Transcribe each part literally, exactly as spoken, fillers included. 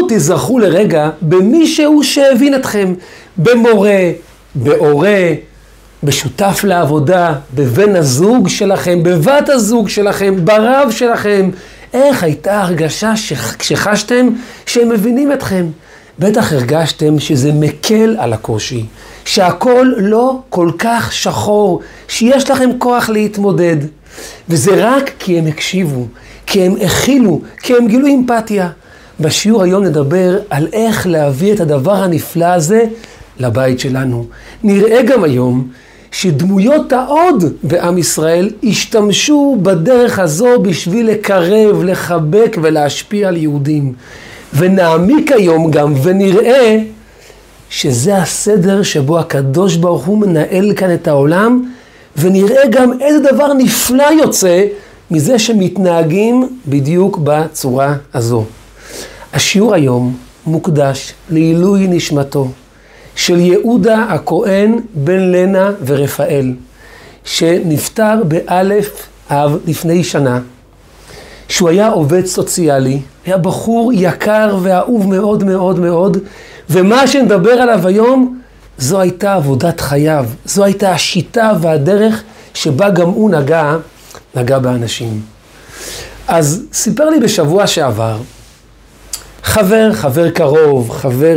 תזכרו לרגע במישהו שהבין אתכם, במורה, בהורה, בשותף לעבודה, בבן הזוג שלכם, בבת הזוג שלכם, ברב שלכם. איך הייתה הרגשה שחשתם שהם מבינים אתכם? בטח הרגשתם שזה מקל על הקושי, שהכל לא כל כך שחור, שיש לכם כוח להתמודד. וזה רק כי הם הקשיבו, כי הם הכילו, כי הם גילו אמפתיה. בשיעור היום נדבר על איך להביא את הדבר הנפלא הזה לבית שלנו. נראה גם היום שדמויות העוד בעם ישראל השתמשו בדרך הזו בשביל לקרב, לחבק ולהשפיע על יהודים. ונעמיק היום גם ונראה שזה הסדר שבו הקדוש ברוך הוא מנהל כאן את העולם, ונראה גם איזה דבר נפלא יוצא מזה שמתנהגים בדיוק בצורה הזו. השיעור היום מוקדש לעילוי נשמתו של יהודה הכהן בן לנה ורפאל, שנפטר באלף אב לפני שנה, שהוא היה עובד סוציאלי, היה בחור יקר ואהוב מאוד מאוד מאוד, ומה שנדבר עליו היום, זו הייתה עבודת חייו, זו הייתה השיטה והדרך שבה גם הוא נגע, נגע באנשים. אז סיפר לי בשבוע שעבר, חבר, חבר קרוב, חבר,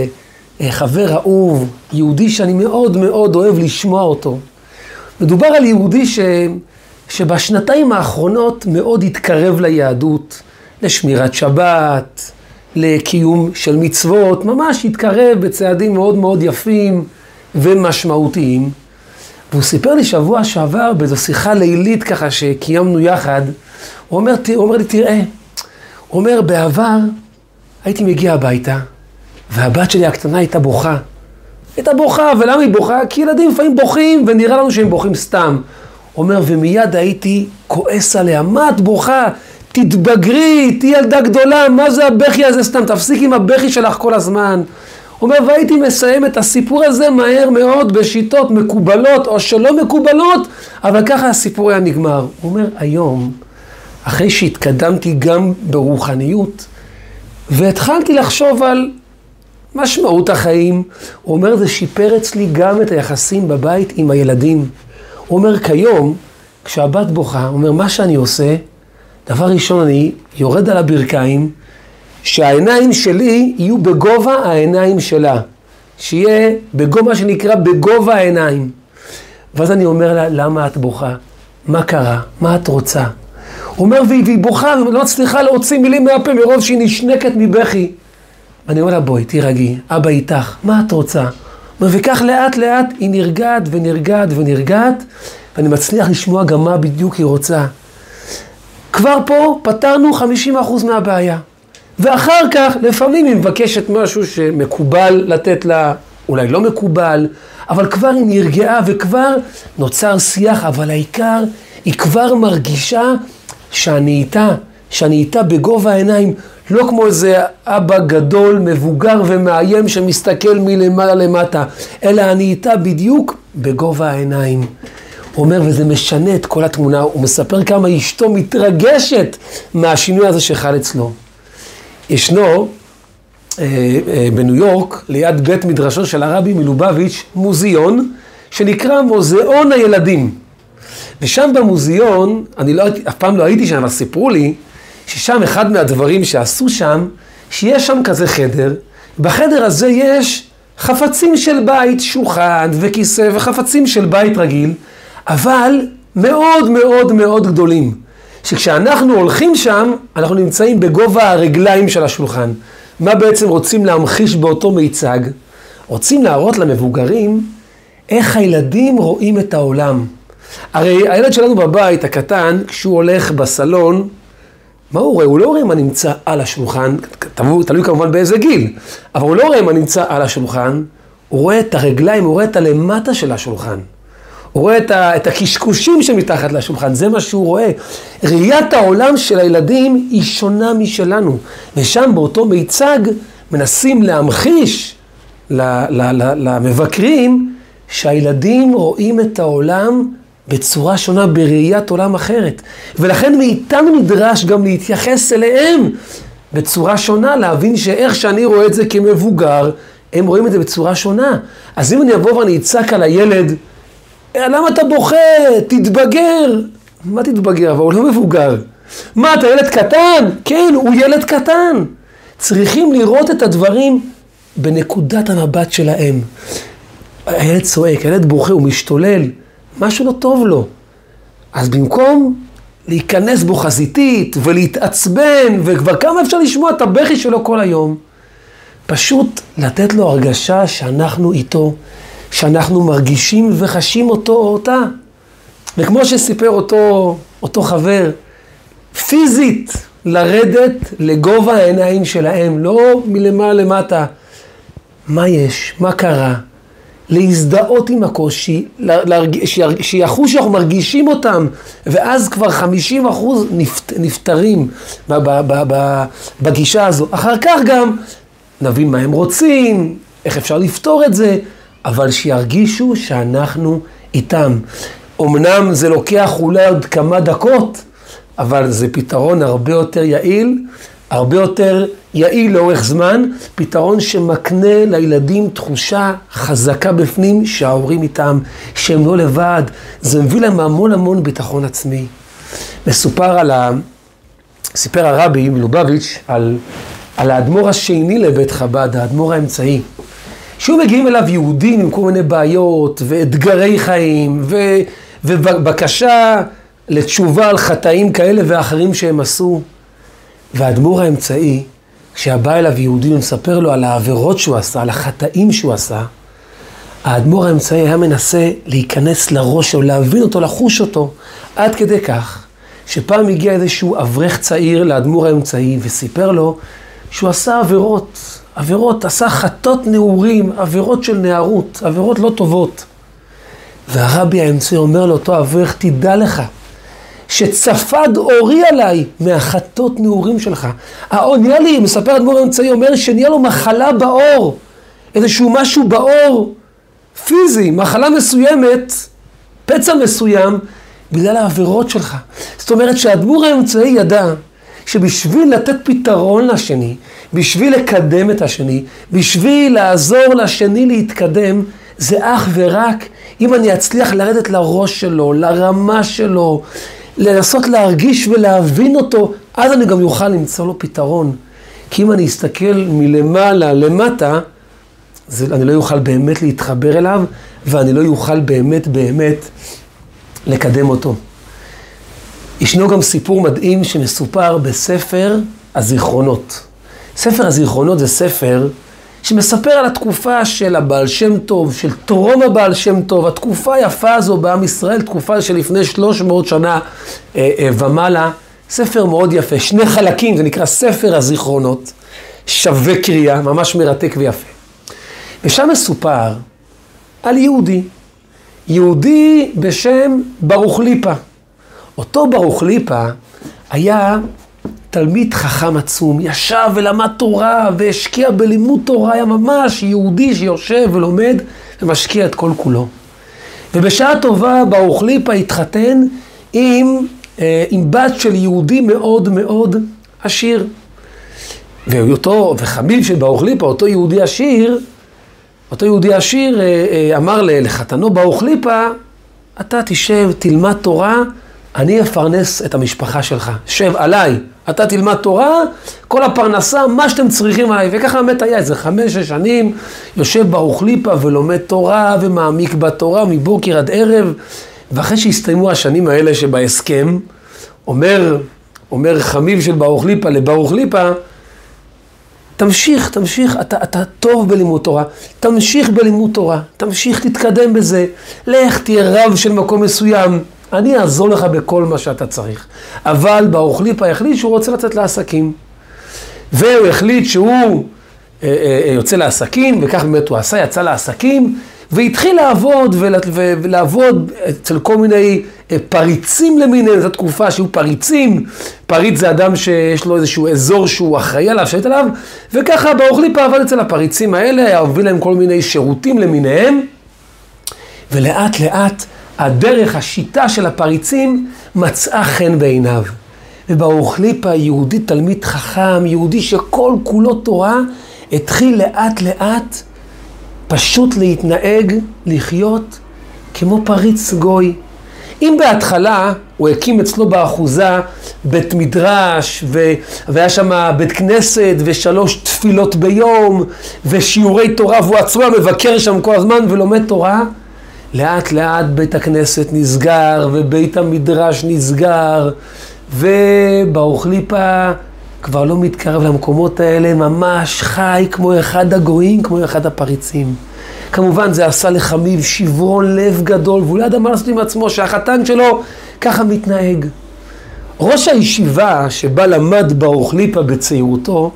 חבר אהוב, יהודי שאני מאוד מאוד אוהב לשמוע אותו. מדובר על יהודי ש... שבשנתיים האחרונות מאוד התקרב ליהדות, לשמירת שבת, לקיום של מצוות, ממש התקרב בצעדים מאוד מאוד יפים ומשמעותיים. והוא סיפר לי שבוע שעבר באיזו שיחה לילית ככה שקיימנו יחד, הוא אומר, הוא אומר לי, תראה, הוא אומר, בעבר הייתי מגיע הביתה, והבת שלי הקטנה הייתה בוכה. הייתה בוכה, ולמה היא בוכה? כי ילדים לפעמים בוכים, ונראה לנו שהם בוכים סתם. הוא אומר, ומיד הייתי כועס עליה, מה את בוכה? תתבגרי, תהי ילדה גדולה, מה זה הבכי הזה סתם? תפסיק עם הבכי שלך כל הזמן. הוא אומר, והייתי מסיים את הסיפור הזה מהר מאוד בשיטות מקובלות או שלא מקובלות, אבל ככה הסיפור היה נגמר. הוא אומר, היום, אחרי שהתקדמתי גם ברוחניות, והתחלתי לחשוב על משמעות החיים, הוא אומר, זה שיפר אצלי גם את היחסים בבית עם הילדים. הוא אומר, כיום, כשהבת בוכה, הוא אומר, מה שאני עושה, דבר ראשון, אני יורד על הברכיים, שהעיניים שלי יהיו בגובה העיניים שלה. שיהיה בגובה שנקרא בגובה העיניים. ואז אני אומר לה, למה את בוכה? מה קרה? מה את רוצה? הוא אומר, והיא בוכה, ולא הצליחה להוציא מילים מהפה מרוב שהיא נשנקת מבכי. ואני אומר לה, בואי, תירגעי, אבא איתך, מה את רוצה? וכך לאט לאט היא נרגעת ונרגעת ונרגעת, ואני מצליח לשמוע גם מה בדיוק היא רוצה. כבר פה פתרנו חמישים אחוז מהבעיה. ואחר כך לפעמים היא מבקשת משהו שמקובל לתת לה, אולי לא מקובל, אבל כבר היא נרגעה וכבר נוצר שיח, אבל העיקר היא כבר מרגישה שאני איתה, שאני איתה בגובה העיניים, לא כמו איזה אבא גדול, מבוגר ומאיים שמסתכל מלמעלה למטה, אלא אני איתה בדיוק בגובה העיניים. הוא אומר, וזה משנה את כל התמונה, הוא מספר כמה אשתו מתרגשת מהשינוי הזה שחל אצלו. ישנו אה, אה, בניו יורק, ליד בית מדרשו של הרבי מלובביץ', מוזיאון, שנקרא מוזיאון הילדים. ושם במוזיאון, אני לא, אף פעם לא הייתי שם, אבל סיפרו לי, ששם אחד מהדברים שעשו שם, שיש שם כזה חדר, בחדר הזה יש חפצים של בית, שולחן וכיסא וחפצים של בית רגיל, אבל מאוד מאוד מאוד גדולים, שכשאנחנו הולכים שם, אנחנו נמצאים בגובה הרגליים של השולחן. מה בעצם רוצים להמחיש באותו מיצג? רוצים להראות למבוגרים איך הילדים רואים את העולם. הרי הילד שלנו בבית הקטן, כשהוא הולך בסלון, מה הוא רואה? הוא לא רואה מה נמצא על השולחן, תלוי כמובן באיזה גיל, אבל הוא לא רואה מה נמצא על השולחן, הוא רואה את הרגליים, הוא רואה את הלמטה של השולחן. הוא רואה את, ה, את הקשקושים שמתחת לשולחן, זה מה שהוא רואה. ראיית העולם של הילדים היא שונה משלנו, ושם באותו מיצג מנסים להמחיש ל, ל, ל, למבקרים שהילדים רואים את העולם בצורה שונה, בראיית עולם אחרת. ולכן מאיתנו נדרש גם להתייחס אליהם בצורה שונה, להבין שאיך שאני רואה את זה כמבוגר, הם רואים את זה בצורה שונה. אז אם אני אבוא ואני אצעק על הילד, למה אתה בוכה? תתבגר. מה תתבגר? אבל הוא לא מבוגר. מה, אתה ילד קטן? כן, הוא ילד קטן. צריכים לראות את הדברים בנקודת המבט שלהם. הילד צועק, הילד בוכה, הוא משתולל. משהו לא טוב לו. אז במקום להיכנס בו חזיתית ולהתעצבן, וכבר כמה אפשר לשמוע את הבכי שלו כל היום, פשוט לתת לו הרגשה שאנחנו איתו, שאנחנו מרגישים וחשים אותו או אותה. וכמו שסיפר אותו, אותו חבר, פיזית לרדת לגובה העיניים שלהם, לא מלמעלה למטה. מה יש? מה קרה? להזדהות עם הקושי, שיחוש שאנחנו מרגישים אותם, ואז כבר חמישים אחוז נפטרים בגישה הזו. אחר כך גם נבין מה הם רוצים, איך אפשר לפתור את זה, אבל שירגישו שאנחנו איתם. אמנם זה לוקח אולי עוד כמה דקות, אבל זה פתרון הרבה יותר יעיל, הרבה יותר יעיל לאורך זמן, פתרון שמקנה לילדים תחושה חזקה בפנים שההורים איתם, שהם לא לבד, זה מביא להם המון המון ביטחון עצמי. מסופר על ה... סיפר הרבי מלובביץ' על, על האדמו"ר השני לבית חב"ד, האדמו"ר האמצעי. שהוא מגיעים אליו יהודים עם כל מיני בעיות ואתגרי חיים ו... ובקשה לתשובה על חטאים כאלה ואחרים שהם עשו. והאדמו"ר האמצעי, כשהבא אליו יהודי ומספר לו על העבירות שהוא עשה, על החטאים שהוא עשה, האדמו"ר האמצעי היה מנסה להיכנס לראש שלו, להבין אותו, לחוש אותו, עד כדי כך, שפעם הגיע איזשהו אברך צעיר לאדמו"ר האמצעי וסיפר לו שהוא עשה עבירות, עבירות, עשה חטאות נעורים, עבירות של נערות, עבירות לא טובות. והרבי האמצעי אומר לאותו אברך, תדע לך, שצפד אורי עליי מהחטאות נעורים שלך. נהיה לי, מספר אדמו"ר האמצעי, אומר שנהיה לו מחלה באור, איזשהו משהו באור פיזי, מחלה מסוימת, פצע מסוים, בגלל העבירות שלך. זאת אומרת שהאדמו"ר האמצעי ידע שבשביל לתת פתרון לשני, בשביל לקדם את השני, בשביל לעזור לשני להתקדם, זה אך ורק אם אני אצליח לרדת לראש שלו, לרמה שלו, לנסות להרגיש ולהבין אותו, אז אני גם יוכל למצוא לו פתרון. כי אם אני אסתכל מלמעלה למטה, זה, אני לא יוכל באמת להתחבר אליו, ואני לא יוכל באמת באמת לקדם אותו. ישנו גם סיפור מדהים שמסופר בספר הזיכרונות. ספר הזיכרונות זה ספר שמספר על התקופה של הבעל שם טוב, של טרום הבעל שם טוב, התקופה היפה הזו בעם ישראל, תקופה שלפני שלוש מאות שנה אה, אה, ומעלה, ספר מאוד יפה, שני חלקים, זה נקרא ספר הזיכרונות, שווה קריאה, ממש מרתק ויפה. ושם מסופר על יהודי, יהודי בשם ברוך ליפה. אותו ברוך ליפה היה תלמיד חכם עצום, ישב ולמד תורה והשקיע בלימוד תורה, היה ממש יהודי שיושב ולומד ומשקיע את כל כולו. ובשעה טובה ברוך ליפה התחתן עם, עם בת של יהודי מאוד מאוד עשיר. ואותו, וחמיו של ברוך ליפה, אותו יהודי עשיר, אותו יהודי עשיר אמר לחתנו ברוך ליפה, אתה תשב, תלמד תורה, אני אפרנס את המשפחה שלך. שב עליי, אתה תלמד תורה, כל הפרנסה, מה שאתם צריכים עליי. וככה באמת היה איזה חמש, שש שנים, יושב ברוך ליפה ולומד תורה ומעמיק בתורה מבוקר עד ערב. ואחרי שהסתיימו השנים האלה שבהסכם, אומר, אומר חמיו של ברוך ליפה לברוך ליפה, תמשיך, תמשיך, אתה, אתה טוב בלימוד תורה, תמשיך בלימוד תורה, תמשיך, תתקדם בזה, לך תהיה רב של מקום מסוים, אני אעזור לך בכל מה שאתה צריך. אבל ברוך ליפה החליט שהוא רוצה לצאת לעסקים, והוא החליט שהוא אה, אה, יוצא לעסקים, וכך באמת הוא עשה, יצא לעסקים, והתחיל לעבוד ולה, ולעבוד אצל כל מיני פריצים למיניהם, זו תקופה שהיו פריצים, פריץ זה אדם שיש לו איזשהו אזור שהוא אחראי עליו, שייט עליו, וככה ברוך ליפה עבד אצל הפריצים האלה, הוביל להם כל מיני שירותים למיניהם, ולאט לאט הדרך, השיטה של הפריצים מצאה חן בעיניו. וברוך ליפא, יהודי תלמיד חכם, יהודי שכל כולו תורה, התחיל לאט לאט פשוט להתנהג, לחיות כמו פריץ גוי. אם בהתחלה הוא הקים אצלו באחוזה בית מדרש, ו... והיה שם בית כנסת ושלוש תפילות ביום ושיעורי תורה, והוא עצמו מבקר שם כל הזמן ולומד תורה, לאט לאט בית הכנסת נסגר ובית המדרש נסגר, וברוך ליפא כבר לא מתקרב למקומות האלה, ממש חי כמו אחד הגויים, כמו אחד הפריצים. כמובן זה עשה לחמיב שברון לב גדול, והוא לא ידע מה לעשות עם עצמו, שהחתן שלו ככה מתנהג. ראש הישיבה שבה למד ברוך ליפא בצעירותו,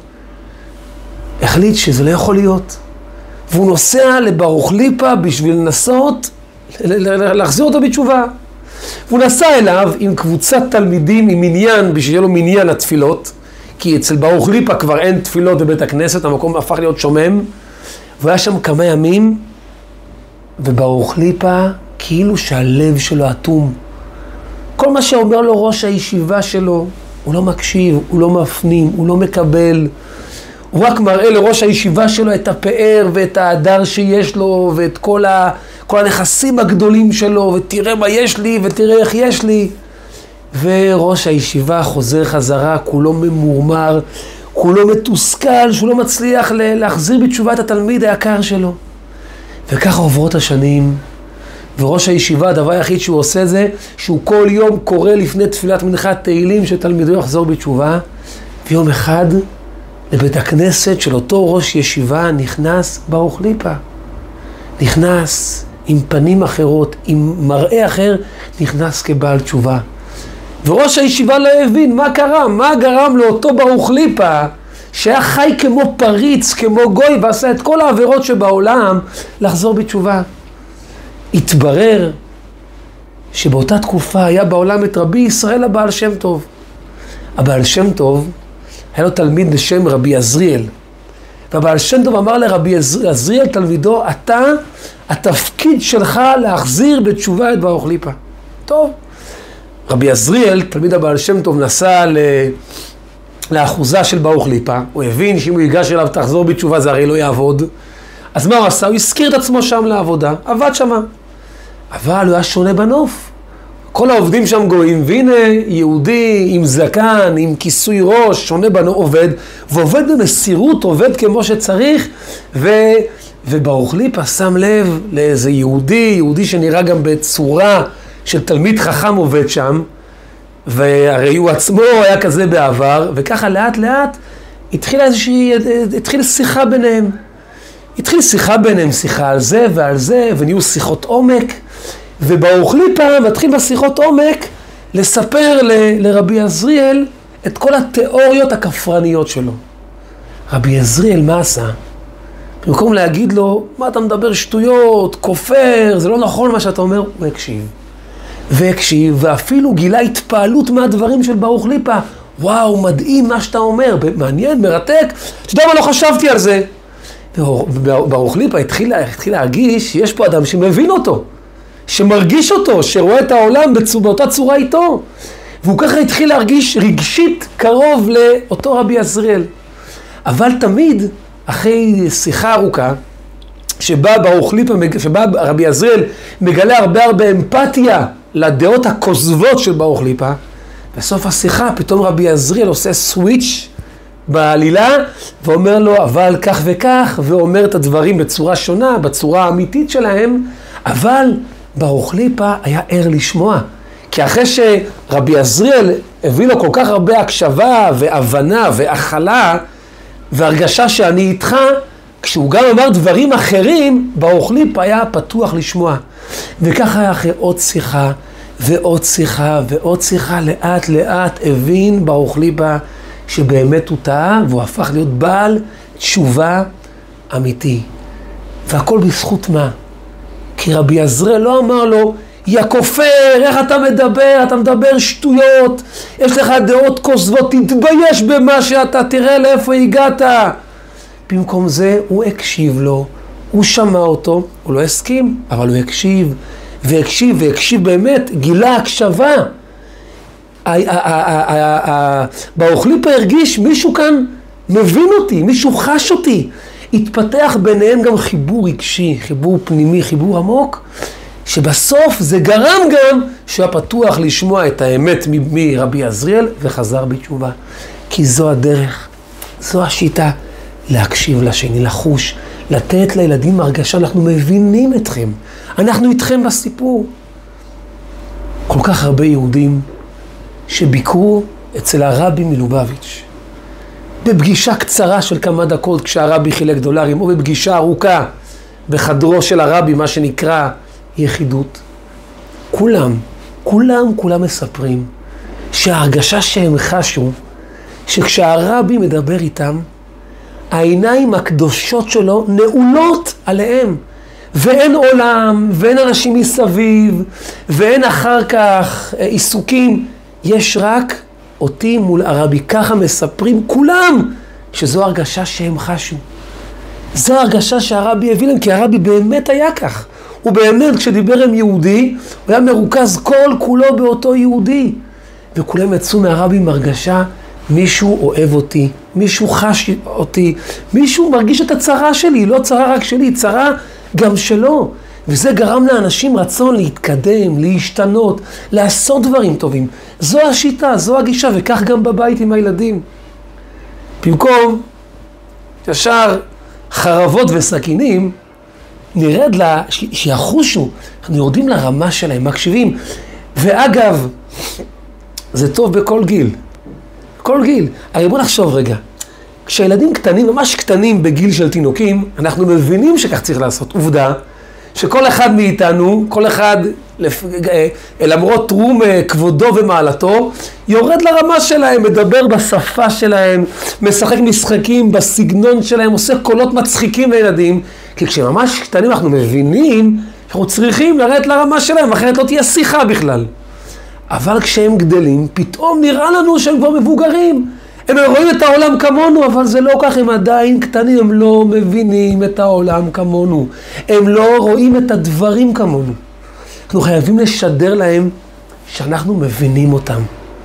החליט שזה לא יכול להיות. והוא נוסע לברוך ליפא בשביל לנסות להחזיר אותו בתשובה. והוא נסע אליו עם קבוצת תלמידים עם מניין, בשביל שיהיה לו מניין לתפילות, כי אצל ברוך ליפא כבר אין תפילות בבית הכנסת, המקום הפך להיות שומם, והוא היה שם כמה ימים, וברוך ליפא כאילו שהלב שלו אטום. כל מה שאומר לו ראש הישיבה שלו, הוא לא מקשיב, הוא לא מפנים, הוא לא מקבל. הוא רק מראה לראש הישיבה שלו את הפאר ואת ההדר שיש לו, ואת כל, ה, כל הנכסים הגדולים שלו, ותראה מה יש לי, ותראה איך יש לי. וראש הישיבה חוזר חזרה, כולו ממורמר, כולו מתוסכל, שהוא לא מצליח להחזיר בתשובה את התלמיד היקר שלו. וככה עוברות השנים, וראש הישיבה, הדבר היחיד שהוא עושה זה, שהוא כל יום קורא לפני תפילת מנחת תהילים שתלמידו יחזור בתשובה, ויום אחד לבית הכנסת של אותו ראש ישיבה נכנס ברוך ליפא. נכנס עם פנים אחרות, עם מראה אחר, נכנס כבעל תשובה. וראש הישיבה לא הבין מה קרה, מה גרם לאותו ברוך ליפא, שהיה חי כמו פריץ, כמו גוי, ועשה את כל העבירות שבעולם, לחזור בתשובה. התברר שבאותה תקופה היה בעולם את רבי ישראל הבעל שם טוב. הבעל שם טוב היה לו תלמיד בשם רבי עזריאל. והבעל שם טוב אמר לרבי עזריאל תלמידו, אתה, התפקיד שלך להחזיר בתשובה את ברוך ליפא. טוב. רבי עזריאל, תלמיד הבעל שם טוב, נסע ל... לאחוזה של ברוך ליפא. הוא הבין שאם הוא ייגש אליו תחזור בתשובה זה הרי לא יעבוד. אז מה הוא עשה? הוא הזכיר את עצמו שם לעבודה, עבד שמה. אבל הוא היה שונה בנוף. כל העובדים שם גויים, והנה יהודי עם זקן, עם כיסוי ראש, שונה בנוף, עובד, ועובד במסירות, עובד כמו שצריך, ו... וברוך ליפא שם לב לאיזה יהודי, יהודי שנראה גם בצורה של תלמיד חכם עובד שם, והרי הוא עצמו היה כזה בעבר, וככה לאט לאט התחילה איזושהי, התחילה שיחה ביניהם. התחילה שיחה ביניהם, שיחה על זה ועל זה, ונהיו שיחות עומק, וברוך ליפא מתחיל בשיחות עומק לספר ל, לרבי עזריאל את כל התיאוריות הכפרניות שלו. רבי עזריאל מה עשה? במקום להגיד לו, מה אתה מדבר שטויות, כופר, זה לא נכון מה שאתה אומר, הוא הקשיב. והקשיב, ואפילו גילה התפעלות מהדברים של ברוך ליפא. וואו, מדהים מה שאתה אומר, מעניין, מרתק, אתה יודע מה, לא חשבתי על זה. וברוך ליפא התחיל, התחיל להרגיש שיש פה אדם שמבין אותו, שמרגיש אותו, שרואה את העולם באותה צורה איתו. והוא ככה התחיל להרגיש רגשית קרוב לאותו רבי עזריאל. אבל תמיד, אחרי שיחה ארוכה, שבה ברוך ליפא, שבה רבי עזריאל מגלה הרבה הרבה אמפתיה לדעות הכוזבות של ברוך ליפא, בסוף השיחה פתאום רבי עזריאל עושה סוויץ' בעלילה, ואומר לו אבל כך וכך, ואומר את הדברים בצורה שונה, בצורה האמיתית שלהם, אבל ברוך ליפא היה ער לשמוע. כי אחרי שרבי עזריאל הביא לו כל כך הרבה הקשבה והבנה והכלה, והרגשה שאני איתך, כשהוא גם אמר דברים אחרים, ברוך ליפא היה פתוח לשמוע. וככה היה אחרי עוד שיחה, ועוד שיחה, ועוד שיחה, לאט לאט הבין ברוך ליפא שבאמת הוא טעה, והוא הפך להיות בעל תשובה אמיתי. והכל בזכות מה? כי רבי עזריאל לא אמר לו, יא כופר, איך אתה מדבר? אתה מדבר שטויות, יש לך דעות כוזבות, תתבייש במה שאתה, תראה לאיפה הגעת. במקום זה הוא הקשיב לו, הוא שמע אותו, הוא לא הסכים, אבל הוא הקשיב, והקשיב, והקשיב באמת, גילה הקשבה. באוכליפה הרגיש, מישהו כאן מבין אותי, מישהו חש אותי. התפתח ביניהם גם חיבור רגשי, חיבור פנימי, חיבור עמוק, שבסוף זה גרם גם שהוא פתוח לשמוע את האמת מרבי עזריאל וחזר בתשובה. כי זו הדרך, זו השיטה, להקשיב לשני, לחוש, לתת לילדים הרגשה, אנחנו מבינים אתכם, אנחנו איתכם בסיפור. כל כך הרבה יהודים שביקרו אצל הרבי מלובביץ', בפגישה קצרה של כמה דקות כשהרבי חילק דולרים, או בפגישה ארוכה בחדרו של הרבי, מה שנקרא יחידות. כולם, כולם, כולם מספרים שההרגשה שהם חשו, שכשהרבי מדבר איתם, העיניים הקדושות שלו נעולות עליהם, ואין עולם, ואין אנשים מסביב, ואין אחר כך עיסוקים, יש רק אותי מול הרבי. ככה מספרים כולם שזו הרגשה שהם חשו. זו הרגשה שהרבי הביא להם, כי הרבי באמת היה כך. הוא באמת, כשדיבר עם יהודי, הוא היה מרוכז כל כולו באותו יהודי. וכולם יצאו מהרבי עם הרגשה, מישהו אוהב אותי, מישהו חש אותי, מישהו מרגיש את הצרה שלי, לא צרה רק שלי, צרה גם שלו. וזה גרם לאנשים רצון להתקדם, להשתנות, לעשות דברים טובים. זו השיטה, זו הגישה, וכך גם בבית עם הילדים. במקום ישר חרבות וסכינים, נרד לה, ש- שיחושו, אנחנו יורדים לרמה שלהם, מקשיבים. ואגב, זה טוב בכל גיל. בכל גיל. הרי בוא נחשוב רגע. כשילדים קטנים, ממש קטנים בגיל של תינוקים, אנחנו מבינים שכך צריך לעשות. עובדה, שכל אחד מאיתנו, כל אחד, למרות תרום כבודו ומעלתו, יורד לרמה שלהם, מדבר בשפה שלהם, משחק משחקים בסגנון שלהם, עושה קולות מצחיקים לילדים, כי כשממש קטנים אנחנו מבינים שאנחנו צריכים לרדת לרמה שלהם, אחרת לא תהיה שיחה בכלל. אבל כשהם גדלים, פתאום נראה לנו שהם כבר מבוגרים. הם רואים את העולם כמונו, אבל זה לא כך, הם עדיין קטנים, הם לא מבינים את העולם כמונו. הם לא רואים את הדברים כמונו. אנחנו חייבים לשדר להם שאנחנו מבינים אותם.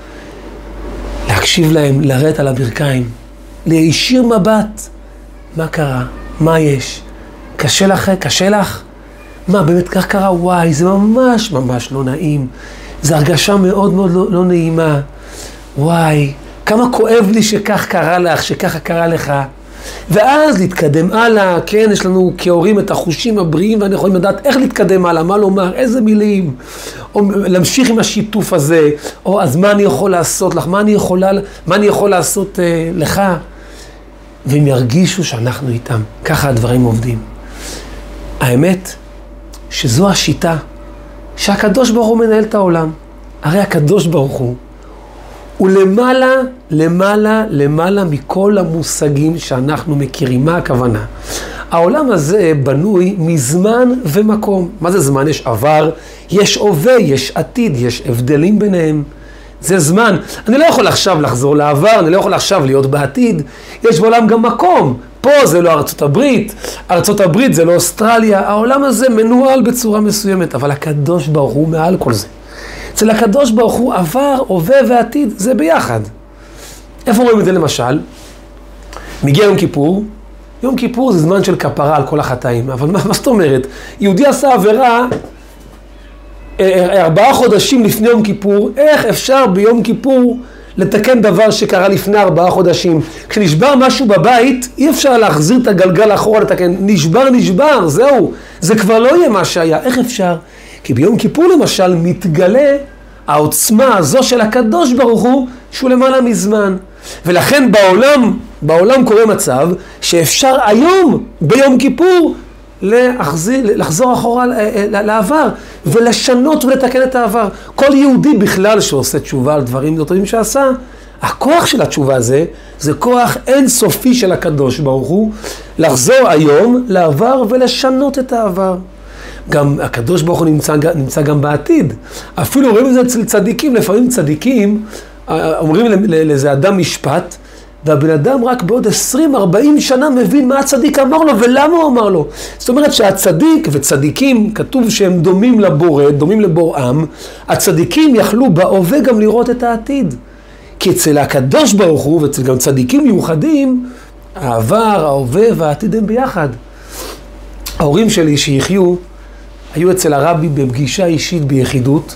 להקשיב להם, לרדת על הברכיים, להישיר מבט. מה קרה? מה יש? קשה לך? קשה לך? מה, באמת כך קרה? וואי, זה ממש ממש לא נעים. זו הרגשה מאוד מאוד לא, לא נעימה. וואי, כמה כואב לי שכך קרה לך, שככה קרה לך. ואז להתקדם הלאה, כן, יש לנו כהורים את החושים הבריאים, ואני יכולים לדעת איך להתקדם הלאה, מה לומר, איזה מילים, או להמשיך עם השיתוף הזה, או אז מה אני יכול לעשות לך, מה אני, יכולה, מה אני יכול לעשות אה, לך, והם ירגישו שאנחנו איתם. ככה הדברים עובדים. האמת, שזו השיטה, שהקדוש ברוך הוא מנהל את העולם. הרי הקדוש ברוך הוא, הוא למעלה, למעלה, למעלה מכל המושגים שאנחנו מכירים. מה הכוונה? העולם הזה בנוי מזמן ומקום. מה זה זמן? יש עבר, יש הווה, יש עתיד, יש הבדלים ביניהם. זה זמן. אני לא יכול עכשיו לחזור לעבר, אני לא יכול עכשיו להיות בעתיד. יש בעולם גם מקום. פה זה לא ארצות הברית, ארצות הברית זה לא אוסטרליה. העולם הזה מנוהל בצורה מסוימת, אבל הקדוש ברוך הוא מעל כל זה. אצל הקדוש ברוך הוא עבר, הווה ועתיד, זה ביחד. איפה רואים את זה למשל? מגיע יום כיפור, יום כיפור זה זמן של כפרה על כל החטאים, אבל מה, מה זאת אומרת? יהודי עשה עבירה ארבעה חודשים לפני יום כיפור, איך אפשר ביום כיפור לתקן דבר שקרה לפני ארבעה חודשים? כשנשבר משהו בבית, אי אפשר להחזיר את הגלגל אחורה לתקן, נשבר נשבר, זהו, זה כבר לא יהיה מה שהיה, איך אפשר? כי ביום כיפור למשל מתגלה העוצמה הזו של הקדוש ברוך הוא שהוא למעלה מזמן. ולכן בעולם, בעולם קורה מצב שאפשר היום ביום כיפור להחזיר, לחזור אחורה לעבר ולשנות ולתקן את העבר. כל יהודי בכלל שעושה תשובה על דברים לא טובים שעשה, הכוח של התשובה הזה, זה כוח אינסופי של הקדוש ברוך הוא לחזור היום לעבר ולשנות את העבר. גם הקדוש ברוך הוא נמצא, נמצא גם בעתיד. אפילו רואים את זה אצל צדיקים, לפעמים צדיקים אומרים לאיזה אדם משפט, והבן אדם רק בעוד עשרים ארבעים שנה מבין מה הצדיק אמר לו ולמה הוא אמר לו. זאת אומרת שהצדיק וצדיקים, כתוב שהם דומים לבורא, דומים לבוראם, הצדיקים יכלו בהווה גם לראות את העתיד. כי אצל הקדוש ברוך הוא ואצל גם צדיקים מיוחדים, העבר, ההווה והעתיד הם ביחד. ההורים שלי שיחיו, היו אצל הרבי בפגישה אישית ביחידות,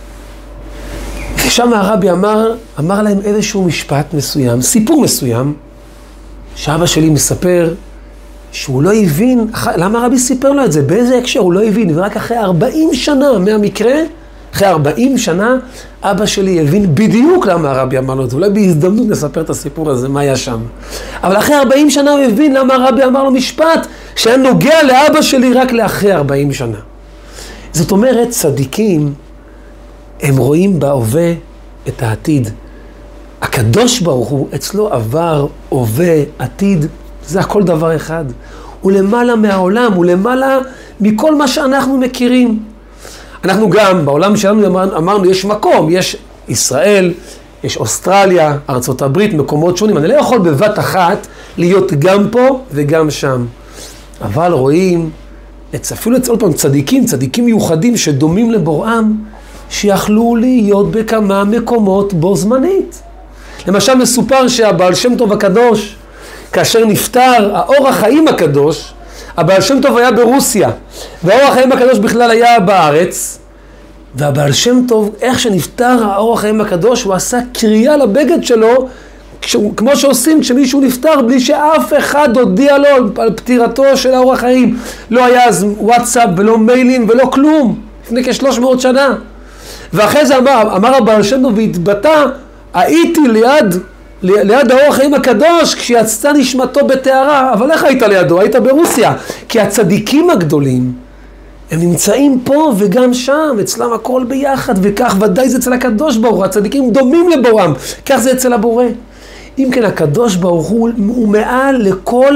ושם הרבי אמר, אמר להם איזשהו משפט מסוים, סיפור מסוים, שאבא שלי מספר שהוא לא הבין, למה הרבי סיפר לו את זה, באיזה הקשר הוא לא הבין, ורק אחרי ארבעים שנה מהמקרה, אחרי ארבעים שנה, אבא שלי הבין בדיוק למה הרבי אמר לו את זה, אולי בהזדמנות נספר את הסיפור הזה, מה היה שם. אבל אחרי ארבעים שנה הוא הבין למה הרבי אמר לו משפט, שהיה נוגע לאבא שלי רק לאחרי ארבעים שנה. זאת אומרת, צדיקים, הם רואים בהווה את העתיד. הקדוש ברוך הוא, אצלו עבר, הווה, עתיד, זה הכל דבר אחד. הוא למעלה מהעולם, הוא למעלה מכל מה שאנחנו מכירים. אנחנו גם, בעולם שלנו אמרנו, אמרנו, יש מקום, יש ישראל, יש אוסטרליה, ארצות הברית, מקומות שונים. אני לא יכול בבת אחת להיות גם פה וגם שם. אבל רואים, אפילו אצל פעם צדיקים, צדיקים מיוחדים שדומים לבוראם, שיכלו להיות בכמה מקומות בו זמנית. למשל מסופר שהבעל שם טוב הקדוש, כאשר נפטר האור החיים הקדוש, הבעל שם טוב היה ברוסיה, והאור החיים הקדוש בכלל היה בארץ, והבעל שם טוב, איך שנפטר האור החיים הקדוש, הוא עשה קריאה לבגד שלו, כמו שעושים כשמישהו נפטר, בלי שאף אחד הודיע לו על פטירתו של האור החיים. לא היה אז וואטסאפ ולא מיילים ולא כלום, לפני כשלוש מאות שנה. ואחרי זה אמר, אמר הבעל שם טוב והתבטא, הייתי ליד, ליד האור החיים הקדוש כשיצאה נשמתו בתארה, אבל איך היית לידו? היית ברוסיה. כי הצדיקים הגדולים, הם נמצאים פה וגם שם, אצלם הכל ביחד, וכך ודאי זה אצל הקדוש ברוך הוא, הצדיקים דומים לבורם, כך זה אצל הבורא. אם כן, הקדוש ברוך הוא, הוא מעל לכל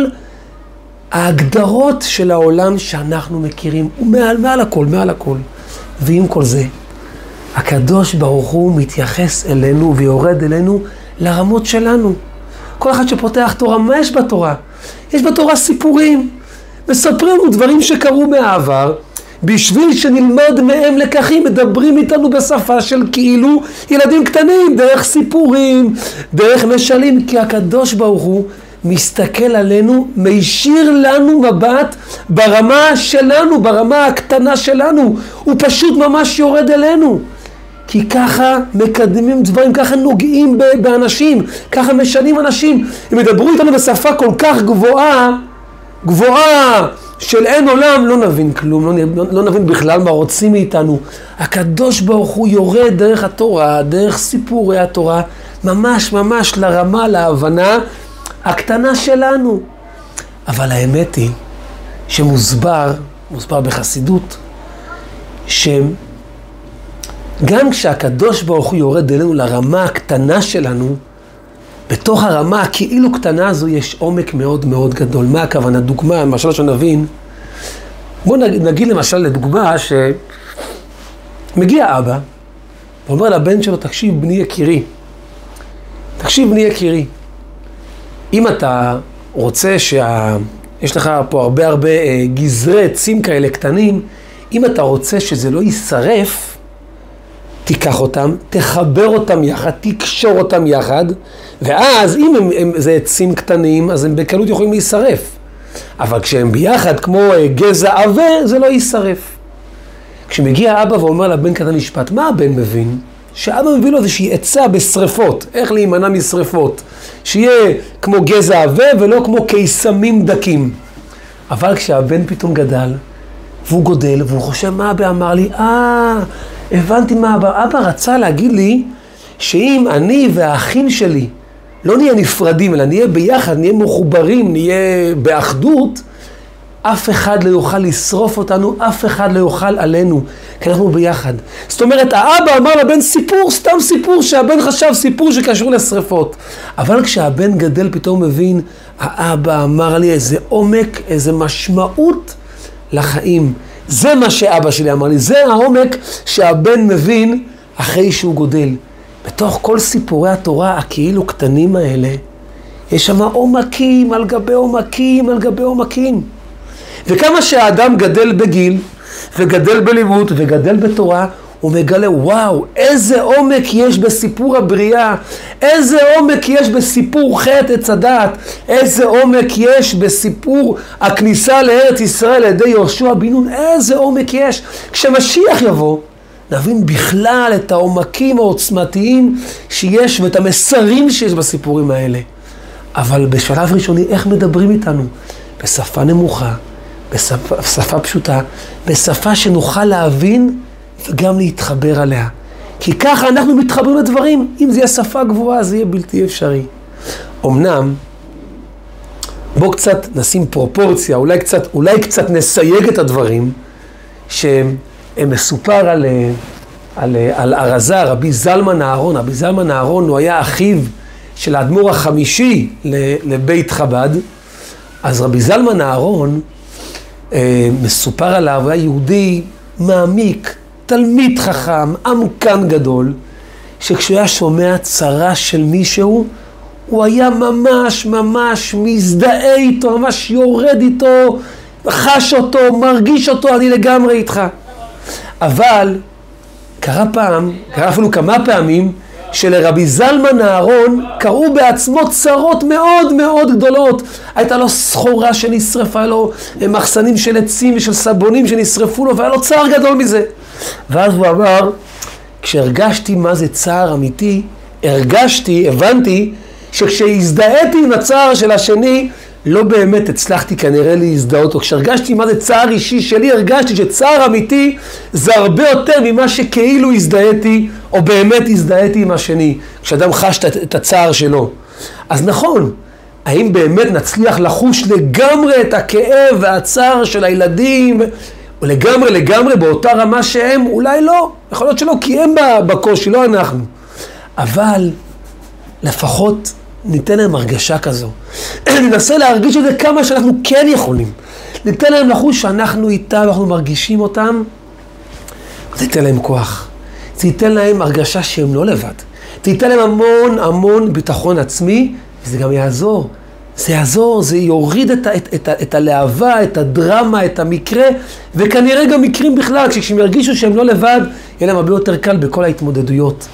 ההגדרות של העולם שאנחנו מכירים, הוא מעל, מעל הכל, מעל הכל. ועם כל זה, הקדוש ברוך הוא מתייחס אלינו ויורד אלינו לרמות שלנו. כל אחד שפותח תורה, מה יש בתורה? יש בתורה סיפורים, מספרים לנו דברים שקרו מהעבר, בשביל שנלמד מהם לקחים, מדברים איתנו בשפה של כאילו ילדים קטנים, דרך סיפורים, דרך משלים, כי הקדוש ברוך הוא מסתכל עלינו, מישיר לנו מבט ברמה שלנו, ברמה הקטנה שלנו, הוא פשוט ממש יורד אלינו. כי ככה מקדמים דברים, ככה נוגעים באנשים, ככה משנים אנשים. הם ידברו איתנו בשפה כל כך גבוהה, גבוהה של אין עולם, לא נבין כלום, לא, לא, לא נבין בכלל מה רוצים מאיתנו. הקדוש ברוך הוא יורד דרך התורה, דרך סיפורי התורה, ממש ממש לרמה, להבנה הקטנה שלנו. אבל האמת היא שמוסבר, מוסבר בחסידות, שגם כשהקדוש ברוך הוא יורד אלינו לרמה הקטנה שלנו, בתוך הרמה הכאילו קטנה הזו יש עומק מאוד מאוד גדול. מה הכוונה? דוגמה, למשל שנבין, בואו נגיד למשל לדוגמה שמגיע אבא, ואומר לבן שלו, תקשיב בני יקירי, תקשיב בני יקירי, אם אתה רוצה שה... יש לך פה הרבה הרבה גזרי עצים כאלה קטנים, אם אתה רוצה שזה לא יישרף, תיקח אותם, תחבר אותם יחד, תקשור אותם יחד, ואז אם הם, הם, זה עצים קטנים, אז הם בקלות יכולים להישרף. אבל כשהם ביחד, כמו גזע עבה, זה לא יישרף. כשמגיע אבא ואומר לבן כזה משפט, מה הבן מבין? שאבא מביא לו איזושהי עצה בשריפות, איך להימנע משריפות. שיהיה כמו גזע עבה ולא כמו קיסמים דקים. אבל כשהבן פתאום גדל, והוא גודל, והוא חושב מה אבא אמר לי, אה... הבנתי מה אבא, אבא רצה להגיד לי שאם אני והאחים שלי לא נהיה נפרדים, אלא נהיה ביחד, נהיה מחוברים, נהיה באחדות, אף אחד לא יוכל לשרוף אותנו, אף אחד לא יוכל עלינו, כי אנחנו ביחד. זאת אומרת, האבא אמר לבן סיפור, סתם סיפור, שהבן חשב סיפור שקשור לשריפות. אבל כשהבן גדל פתאום מבין, האבא אמר לי איזה עומק, איזה משמעות לחיים. זה מה שאבא שלי אמר לי, זה העומק שהבן מבין אחרי שהוא גודל. בתוך כל סיפורי התורה הכאילו קטנים האלה, יש שם עומקים על גבי עומקים על גבי עומקים. וכמה שהאדם גדל בגיל, וגדל בלימוד, וגדל בתורה, הוא מגלה, וואו, איזה עומק יש בסיפור הבריאה, איזה עומק יש בסיפור חטא עץ הדעת, איזה עומק יש בסיפור הכניסה לארץ ישראל על ידי יהושע בן נון, איזה עומק יש. כשמשיח יבוא, נבין בכלל את העומקים העוצמתיים שיש ואת המסרים שיש בסיפורים האלה. אבל בשלב ראשוני, איך מדברים איתנו? בשפה נמוכה, בשפה, בשפה פשוטה, בשפה שנוכל להבין וגם להתחבר עליה. כי ככה אנחנו מתחברים לדברים. אם זה יהיה שפה גבוהה, זה יהיה בלתי אפשרי. אמנם, בוא קצת נשים פרופורציה, אולי קצת, אולי קצת נסייג את הדברים, שמסופר על, על, על ארזה, רבי זלמן אהרון. רבי זלמן אהרון הוא היה אחיו של האדמו"ר החמישי לבית חב"ד. אז רבי זלמן אהרון, מסופר עליו, הוא היה יהודי מעמיק, תלמיד חכם, עמקן גדול, שכשהוא היה שומע צרה של מישהו, הוא היה ממש ממש מזדהה איתו, ממש יורד איתו, חש אותו, מרגיש אותו, אני לגמרי איתך. אבל קרה פעם, קרה אפילו כמה פעמים, שלרבי זלמן אהרון קראו בעצמו צרות מאוד מאוד גדולות. הייתה לו סחורה שנשרפה, היה לו מחסנים של עצים ושל סבונים שנשרפו לו, והיה לו צער גדול מזה. ואז הוא אמר, כשהרגשתי מה זה צער אמיתי, הרגשתי, הבנתי, שכשהזדהיתי עם הצער של השני, לא באמת הצלחתי כנראה להזדהות. או כשהרגשתי מה זה צער אישי שלי, הרגשתי שצער אמיתי זה הרבה יותר ממה שכאילו הזדהיתי, או באמת הזדהיתי עם השני, כשאדם חש את הצער שלו. אז נכון, האם באמת נצליח לחוש לגמרי את הכאב והצער של הילדים, או לגמרי לגמרי באותה רמה שהם? אולי לא, יכול להיות שלא, כי הם בקושי, לא אנחנו. אבל לפחות ניתן להם הרגשה כזו. ננסה להרגיש את זה כמה שאנחנו כן יכולים. ניתן להם לחוש שאנחנו איתם, אנחנו מרגישים אותם. זה ייתן להם כוח. זה ייתן להם הרגשה שהם לא לבד. זה ייתן להם המון המון ביטחון עצמי, וזה גם יעזור. זה יעזור, זה יוריד את, את, את, את הלהבה, את הדרמה, את המקרה, וכנראה גם מקרים בכלל, כשהם ירגישו שהם לא לבד, יהיה להם הרבה יותר קל בכל ההתמודדויות.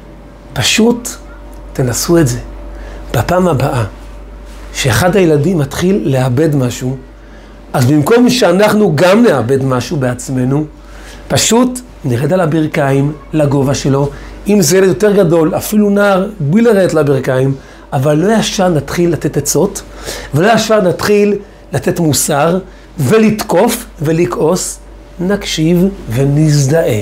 פשוט תנסו את זה. בפעם הבאה, שאחד הילדים מתחיל לאבד משהו, אז במקום שאנחנו גם נאבד משהו בעצמנו, פשוט נרד על הברכיים לגובה שלו, אם זה ילד יותר גדול, אפילו נער, בלי לרדת לברכיים, אבל לא ישר נתחיל לתת עצות, ולא ישר נתחיל לתת מוסר, ולתקוף ולכעוס, נקשיב ונזדהה,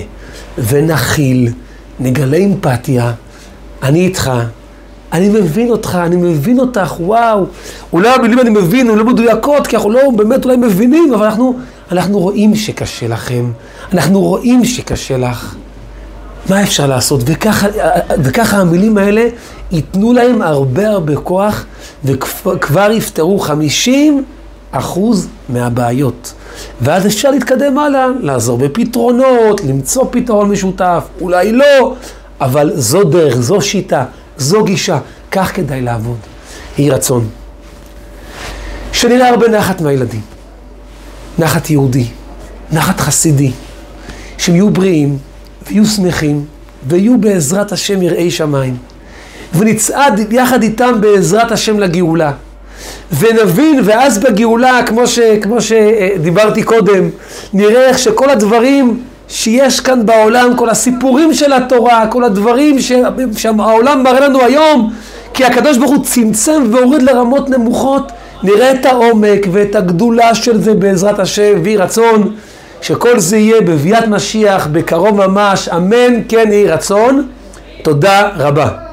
ונכיל, נגלה אמפתיה, אני איתך, אני מבין אותך, אני מבין אותך, וואו. אולי המילים אני מבין, הן לא מדויקות, כי אנחנו לא באמת אולי מבינים, אבל אנחנו, אנחנו רואים שקשה לכם, אנחנו רואים שקשה לך. מה אפשר לעשות? וככה, וככה המילים האלה ייתנו להם הרבה הרבה כוח, וכבר יפתרו חמישים אחוז מהבעיות. ואז אפשר להתקדם הלאה, לעזור בפתרונות, למצוא פתרון משותף, אולי לא, אבל זו דרך, זו שיטה. זו גישה, כך כדאי לעבוד. יהי רצון שנראה הרבה נחת מהילדים, נחת יהודי, נחת חסידי, שהם יהיו בריאים ויהיו שמחים ויהיו בעזרת השם יראי שמיים, ונצעד יחד איתם בעזרת השם לגאולה, ונבין, ואז בגאולה, כמו, ש, כמו שדיברתי קודם, נראה איך שכל הדברים שיש כאן בעולם, כל הסיפורים של התורה, כל הדברים שהעולם מראה לנו היום, כי הקדוש ברוך הוא צמצם והוריד לרמות נמוכות, נראה את העומק ואת הגדולה של זה בעזרת השם, ויהי רצון שכל זה יהיה בביאת משיח בקרוב ממש, אמן, כן יהי רצון. תודה רבה.